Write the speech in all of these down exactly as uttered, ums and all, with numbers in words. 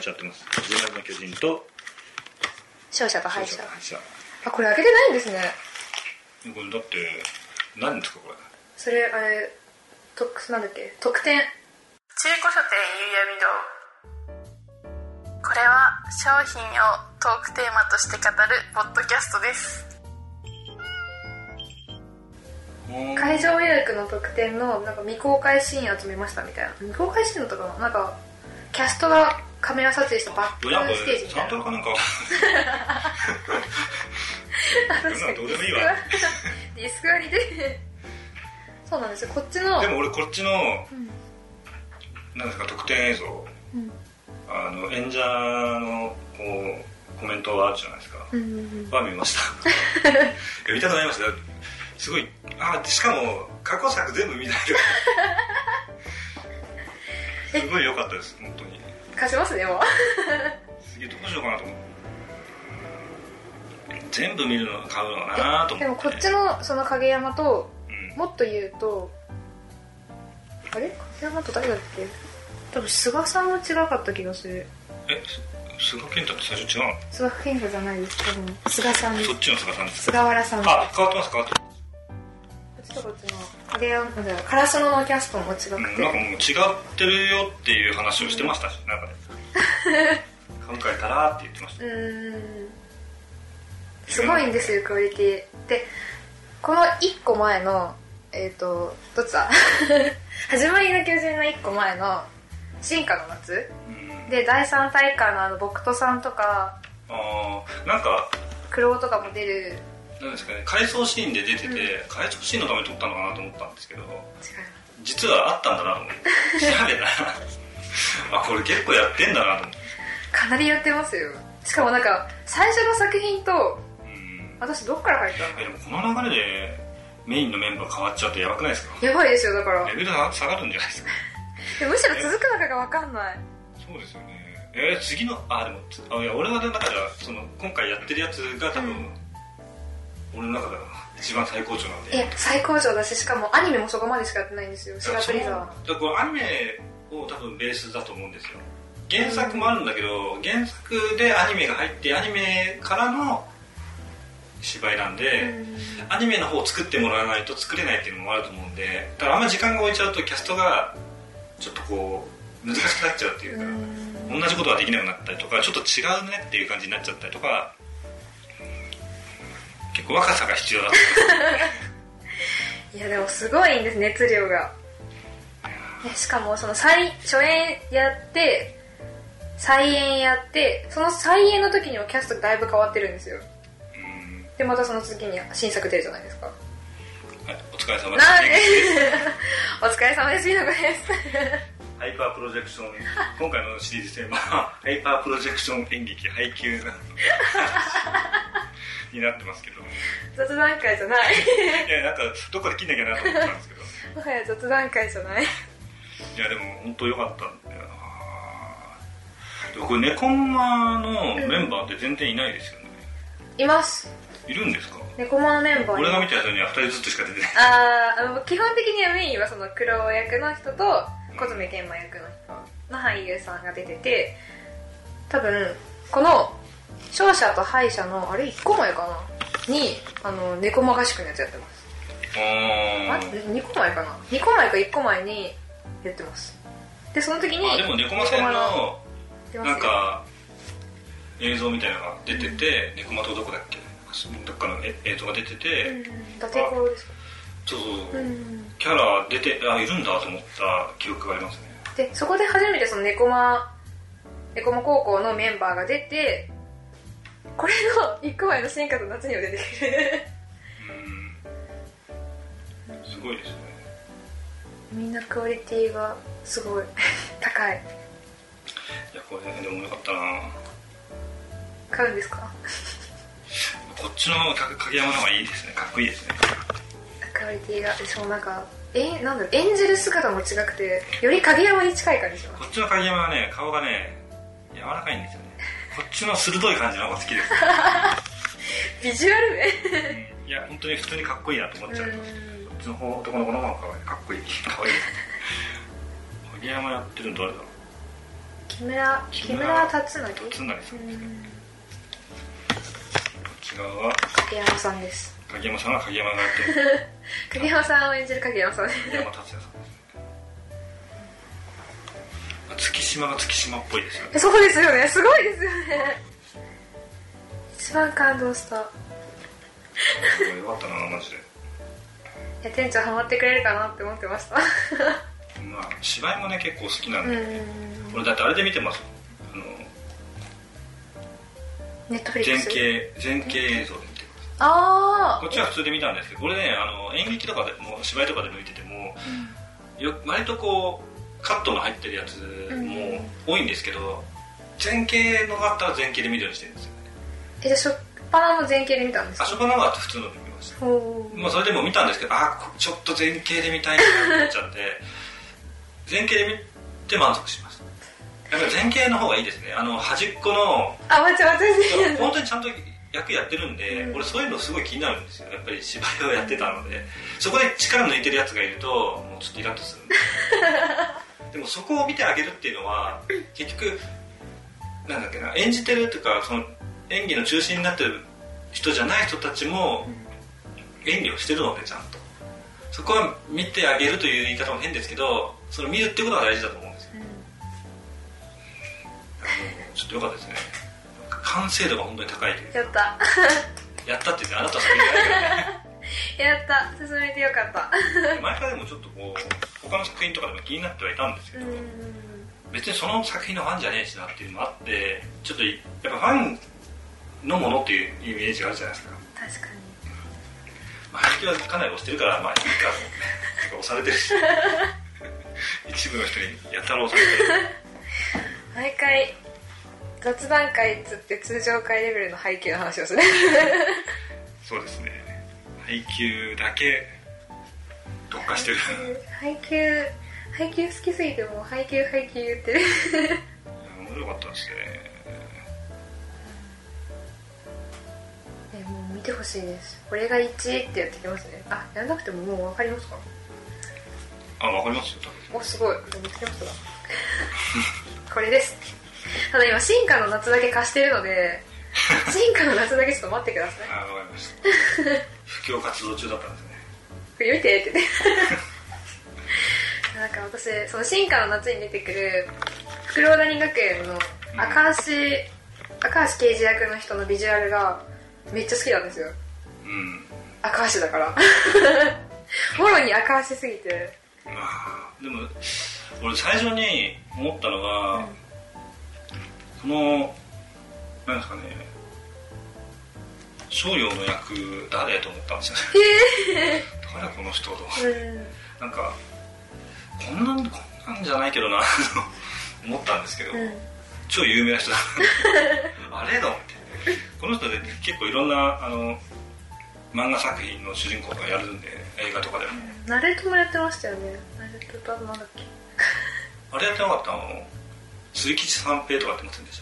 ちゃってます。始まりの巨人と勝者と敗者。 敗者。 あ、これ開けてないんですね。 これだって何ですかこれ。 それあれとなんだっけ特典。 中古書店ゆうやみ堂。これは商品をトークテーマとして語るポッドキャストです。 会場予約の特典のなんか未公開シーン集めましたみたいな。未公開シーンだったかな。なんかキャストがカメラ撮影したバックステージみたいな。 サントラかなんか。 確かにどうでもいいわ。 ディスク割りで。そうなんですよ。こっちの。 でも俺こっちの、うん、なんですか特典映像、うん、あの演者のこうコメントはあるじゃないですか。うんうんうん、は見ました。見たくなりました。すごい。あ、しかも過去作全部見ないで。すごい良かったです本当に。 貸しますねもう。 すげえどうしようかなと思って。全部見るの買うのかなと思って。 でもこっちのその影山と、うん、もっと言うとあれ影山と誰だっけ。多分菅さんは違かった気がする。 え菅健太って最初違うの。 菅健太じゃないです多分菅さんです。 そっちの菅さんです。 菅原さんです。 あ変わってます変わってます。 こっちとこっちの影山カラスノのキャストも違くて、うん、 なんかもう違ってるよっていう話をしてましたし、うん、なんかね考えたらって言ってました。うーんすごいんですよクオリティで。このいっこまえのえっ、ー、とどっちだ始まりの巨人のいっこまえの進化の夏、うん、でだいさん大会のあの僕とさんとかあなんかクロウとかも出るなんですかね回想シーンで出てて、うん、回想シーンのために撮ったのかなと思ったんですけど実はあったんだなと思って調べたらあこれ結構やってんだなと思って。 かなりやってますよ。しかもなんか最初の作品と私どっから入ったの。 えでもこの流れでメインのメンバー変わっちゃうとやばくないですか。 やばいですよ。だからレベルが下がるんじゃないですか。 むしろ続くのかが分かんない。 そうですよね。えー、次のあでもあいや俺はだからその今回やってるやつが多分、うん、俺の中では一番最高潮なんで。 え最高潮だししかもアニメもそこまでしかやってないんですよ。シガトリザー。だからこれアニメを多分ベースだと思うんですよ。原作もあるんだけど、うん、原作でアニメが入ってアニメからの芝居なんで、うん、アニメの方を作ってもらわないと作れないっていうのもあると思うんで、だからあんまり時間が置いちゃうとキャストがちょっとこう難しくなっちゃうっていうか、うん、同じことができなくなったりとかちょっと違うねっていう感じになっちゃったりとか結構若さが必要だといやでもすごいんです熱量が。しかもその再初演やって再演やってその再演の時にはキャストがだいぶ変わってるんですよ。でまたその次に新作出るじゃないですか。はい、 お疲れ様です。 なんでお疲れ様です。いいのですハイパープロジェクション今回のシリーズテーマはハイパープロジェクション演劇配給になってますけど雑談会じゃないいやなんかどっかで切んなきゃなと思ってたんですけどもはや雑談会じゃない。いやでも本当良かったんだよな。でもこれネコンマのメンバーって全然いないですよね。 うん、いますいるんですか。 ネコマのメンバー俺が見たやつにはふたりずつしか出てない。 ああの基本的にはメインはその黒役の人と小爪研磨役の人の俳優さんが出てて多分この勝者と敗者のあれいっこまえかなにあのネコマ合宿のやつやってます。ああにこまえかなにこまえかいっこまえにやってます。でその時にあでもネコマ戦のなんか映像みたいなのが出てて、うん、ネコマとどこだっけどっかの映像が出てて、うん、 伊達公ですか。 そうそうそう、うん、キャラ出てあいるんだと思った記憶がありますね。 でそこで初めてそのネコマネコマ高校のメンバーが出てこれのいっこまえの進化と夏には出てくるうんすごいですね。 みんなクオリティがすごい高い。 いやこれでもよかったな。 買うんですかこっちの影山の方がいいですね。かっこいいですね。 クオリティがしかもなんかえなんだろう演じる姿も違くてより影山に近い感じします。 こっちの影山はね顔がね柔らかいんですよね。こっちの鋭い感じの方が好きですビジュアルねいや本当に普通にかっこいいなと思っちゃう。こっちの方男の子の方がかっこいいかっこいいです影山やってるの誰だろう。 木村木村達成達成さんですね。こっち側は影山さんです。 影山さんは影山がやってる影山さんを演じる影山さんです。 影山達也さんです。月島が月島っぽいですよね。 そうですよね、すごいですよね。一番感動した。 よかったなマジで。 いや店長ハマってくれるかなって思ってました。 まあ芝居もね結構好きなんで、うん俺だってあれで見てます。あのネットフリックス前景前景映像で見てます。 ああ。 こっちは普通で見たんですけど、これねあの演劇とかでも芝居とかで見てても、うん、よ割とこうカットの入ってるやつも多いんですけど、前景のがあったら前景で見るようにしてるんですよね。 えじゃあ初っ端の前景で見たんですか？ あ初っ端のがあって普通ので見ました。まあそれでも見たんですけど、あちょっと前景で見たいなと思っちゃって前景で見て満足しました。やっぱり前景の方がいいですね。あの端っこのあ待って待って本当にちゃんと役やってるんで、うん、俺そういうのすごい気になるんですよ。やっぱり芝居をやってたので、そこで力抜いてるやつがいるともうちょっとイラッとするんででもそこを見てあげるっていうのは結局なんだっけな、演じてるというかその演技の中心になってる人じゃない人たちも演技をしてるので、ちゃんとそこは見てあげるという言い方も変ですけど、それを見るってことが大事だと思うんですよ、うん、ちょっとよかったですね。完成度が本当に高いというやったやったって言ってあなたは先にないからねやった進めてよかった前からでもちょっとこう他の作品とかでも気になってはいたんですけど、別にその作品のファンじゃねえしなっていうのもあって、ちょっとやっぱファンのものっていうイメージがあるじゃないですか。 確かに、 まあ、配給はかなり押してるからまあいいかと思って押されてるし一部の人にやったろうと思って毎回雑談会つって通常会レベルの配給の話をするそうですね、配給だけ特化してる配給配給好きすぎてもう配給配給言ってる面白かったですね。 えもう見てほしいです。これがいちいってやってきますね。あやらなくてももう分かりますか？ あ分かりますよ多分。 おすごい見つけましたこれです。ただ今進化の夏だけ貸してるので進化の夏だけちょっと待ってください。 あ分かりました布教活動中だったんですね。 これ見てって言ってなんか私その進化の夏に出てくるフクロウ谷学園の赤橋、うん、赤橋刑事役の人のビジュアルがめっちゃ好きなんですよ、うん、赤橋だからもろに赤橋すぎて。 あでも俺最初に思ったのが、うん、そのなんですかね商用の役誰と思ったんですよね誰この人と、うん、なんかこんなんこんなんじゃないけどなと思ったんですけど、うん、超有名な人だあれだってこの人で結構いろんなあの漫画作品の主人公とかやるんで、映画とかでも、 うん、ナルトもやってましたよね。ナルトとなんだっけあれやってなかった？あの鈴木三平とかやってませんでした？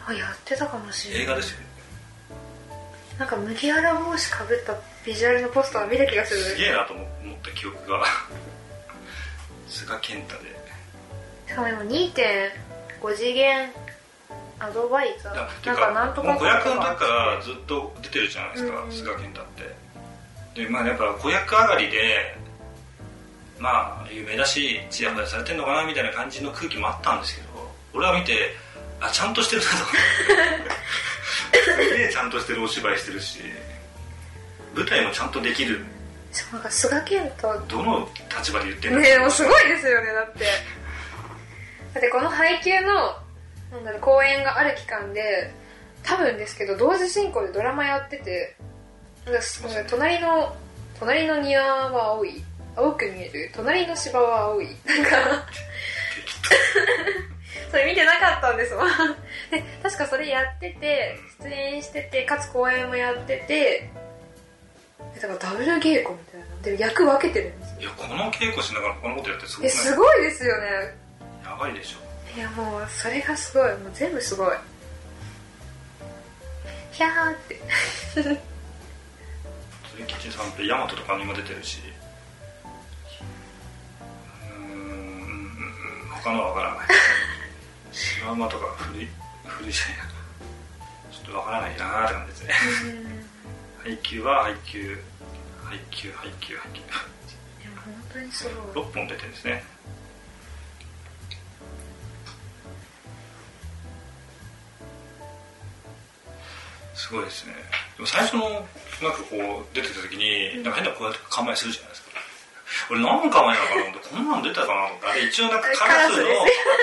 あやってたかもしれない。 映画ですよね。 なんか麦わら帽子かぶったビジュアルのポスターを見た気がする。 すげえなと思った記憶が菅健太で。 しかも今 にてんご 次元アドバイザーなんかなんとかもう子役の時からずっと出てるじゃないですか、うん、菅健太ってでまあやっぱ子役上がりでまあ有名だしチヤホヤされてんのかなみたいな感じの空気もあったんですけど、俺は見てあちゃんとしてるなとすげえちゃんとしてるお芝居してるし舞台もちゃんとできる。 そうなんか菅健太どの立場で言ってんのねえもうすごいですよね。だってだってこの配給のなんだろう公演がある期間で多分ですけど同時進行でドラマやってて、隣の隣の庭は青い青く見える隣の芝は青いなんかそれ見てなかったんですわで確かそれやってて出演しててかつ公演もやっててだからダブル稽古みたいなで役分けてるんですよ。 いやこの稽古しながらこのことやってすごくない？ えすごいですよね。 やばいでしょ。 いやもうそれがすごいもう全部すごいひゃーって鈴木さんってヤマトとかにも出てるしうーん他のは分からないラウマとか古い古いじゃないな、ちょっとわからないなーって感じですね。配給は配給配給配給配給。 でも本当にすごい。 ろっぽん出てるんですね。すごいですね。でも最初のなんかこう出てた時に、なんか変なこうやって構えするじゃないですか。俺何の構えなのかなと思って、こんなの出たかなと思って、あれ一応なんかカラスのいや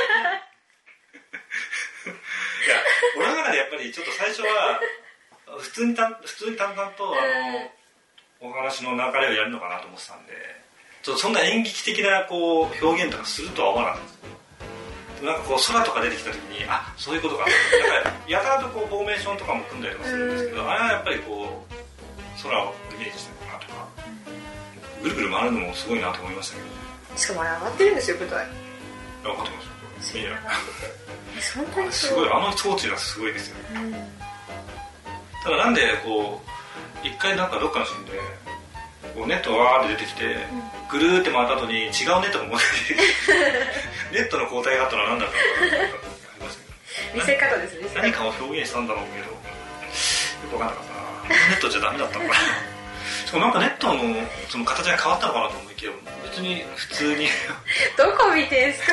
俺の中でやっぱりちょっと最初は普通にた普通に淡々とあのお話の流れをやるのかなと思ってたんで、ちょっとそんな演劇的なこう表現とかするとは思わなかったんです。なんかこう空とか出てきた時に、あ、そういうことか。なんかやたらとこうフォーメーションとかも組んだりとかするんですけど、あれはやっぱりこう空をイメージしてるのかなとか、ぐるぐる回るのもすごいなと思いましたけど。 しかもあれ上がってるんですよ、舞台。 分かってます。いや、 本当にすごい、あの装置がすごいですよね。うん、ただなんでこう一回なんかどっかのシーンでこうネットがわーって出てきて、うん、ぐるーって回った後に違うネットが持ってきてネットの交代があったのは何だったのかなと思いましたけど、見せ方ですね。 何かを表現したんだろうけどよく分かんなかったな。ネットじゃダメだったのかな。しかもなんかネットのその形が変わったのかなと思いきや、別に普通にどこ見てんすか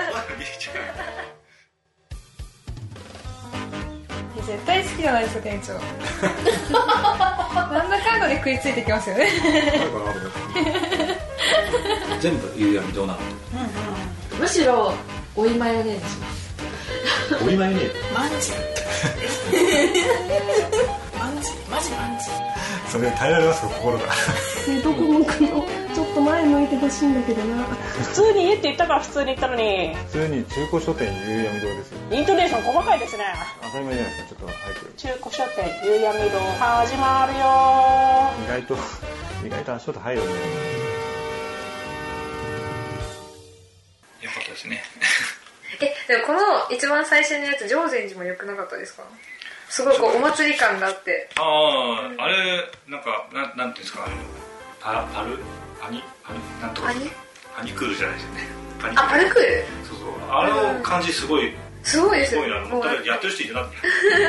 絶対好きじゃないですか、店長。なんだかんだで食いついてきますよね。 全部夕闇どうなの、 うんうん、むしろ追いマヨネーズします。 追いマヨネーズマンジマンジマジマンジそれ耐えられますか、心が。 どこ向くの、ちょっと前向いてほしいんだけどな。 普通に家って言ったから普通に言ったのに。 普通に中古書店夕闇堂ですよ。 イントネーション細かいですね。 当たり前じゃないですか。ちょっと早く。 中古書店夕闇堂始まるよ。 意外と意外と足音入るんだよね。 よかったですね。 え、でもこの一番最初のやつ定禅寺も良くなかったですか？すごいこうお祭り感があって。 ああ、うん、あれなんかななんていうんですか、パラパルパニパニなんとかパニパニクールじゃないですよね。 パニあ、パルクール。 そうそう、あの感じすごい、うん、 すごいですよ。 すごいな。もう誰やってる人いるなって。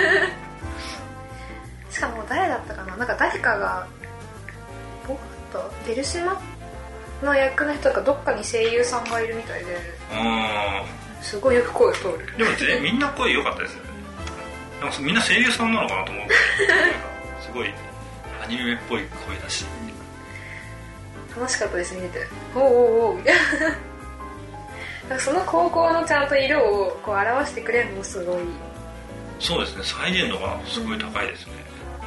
しかも誰だったかな、なんか誰かがボクトデルシマの役の人がどっかに声優さんがいるみたいで、うん、すごいよく声通る。 でもね、みんな声良かったですよね。なんかみんな声優さんなのかなと思う。すごいアニメっぽい声だし。 楽しかったですね、見て。おうおうおうみたいな。その高校のちゃんと色をこう表してくれるのもすごい。 そうですね、再現度がすごい高いですね。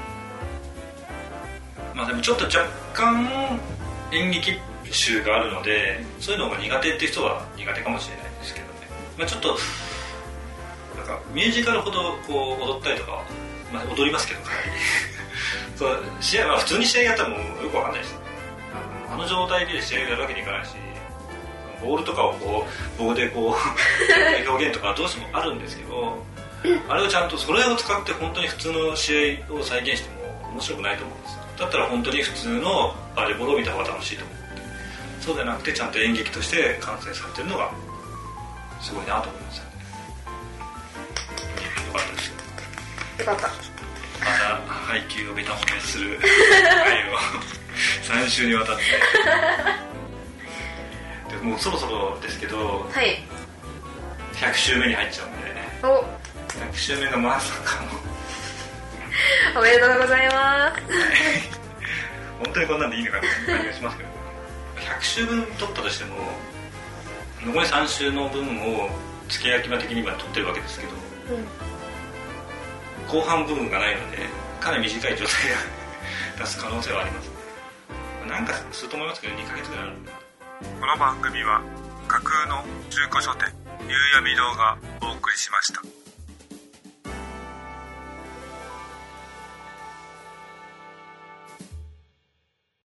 うん、まあでもちょっと若干演劇集があるので、そういうのが苦手っていう人は苦手かもしれないですけどね。まあ、ちょっとなんかミュージカルほどこう踊ったりとか、まあ、踊りますけどかなりそう試合は普通に試合やったらもうよくわかんないです。あの状態で試合をやるわけにいかないし、ボールとかをこう棒でこう表現とかどうしてもあるんですけど、あれをちゃんとそれを使って本当に普通の試合を再現しても面白くないと思うんですよ。だったら本当に普通のバレーボールを見た方が楽しいと思って、そうじゃなくてちゃんと演劇として完成されてるのがすごいなと思いましたね。よかったですよ。 よかった。 また配給をベタ褒めする回をさん週にわたってでもうそろそろですけど、 はい、 ひゃく週目に入っちゃうんで、 おひゃく週目がまさかのおめでとうございます本当にこんなんでいいのかって感じがしますけど、ひゃく週分取ったとしても残りさん週の分を付け焼き場的に今取ってるわけですけど、うん、後半部分がないのでかなり短い状態が出す可能性はありますね。なんかすると思いますけどにかげつぐらいあるんで。 この番組は架空の中古書店夕闇堂がお送りしました。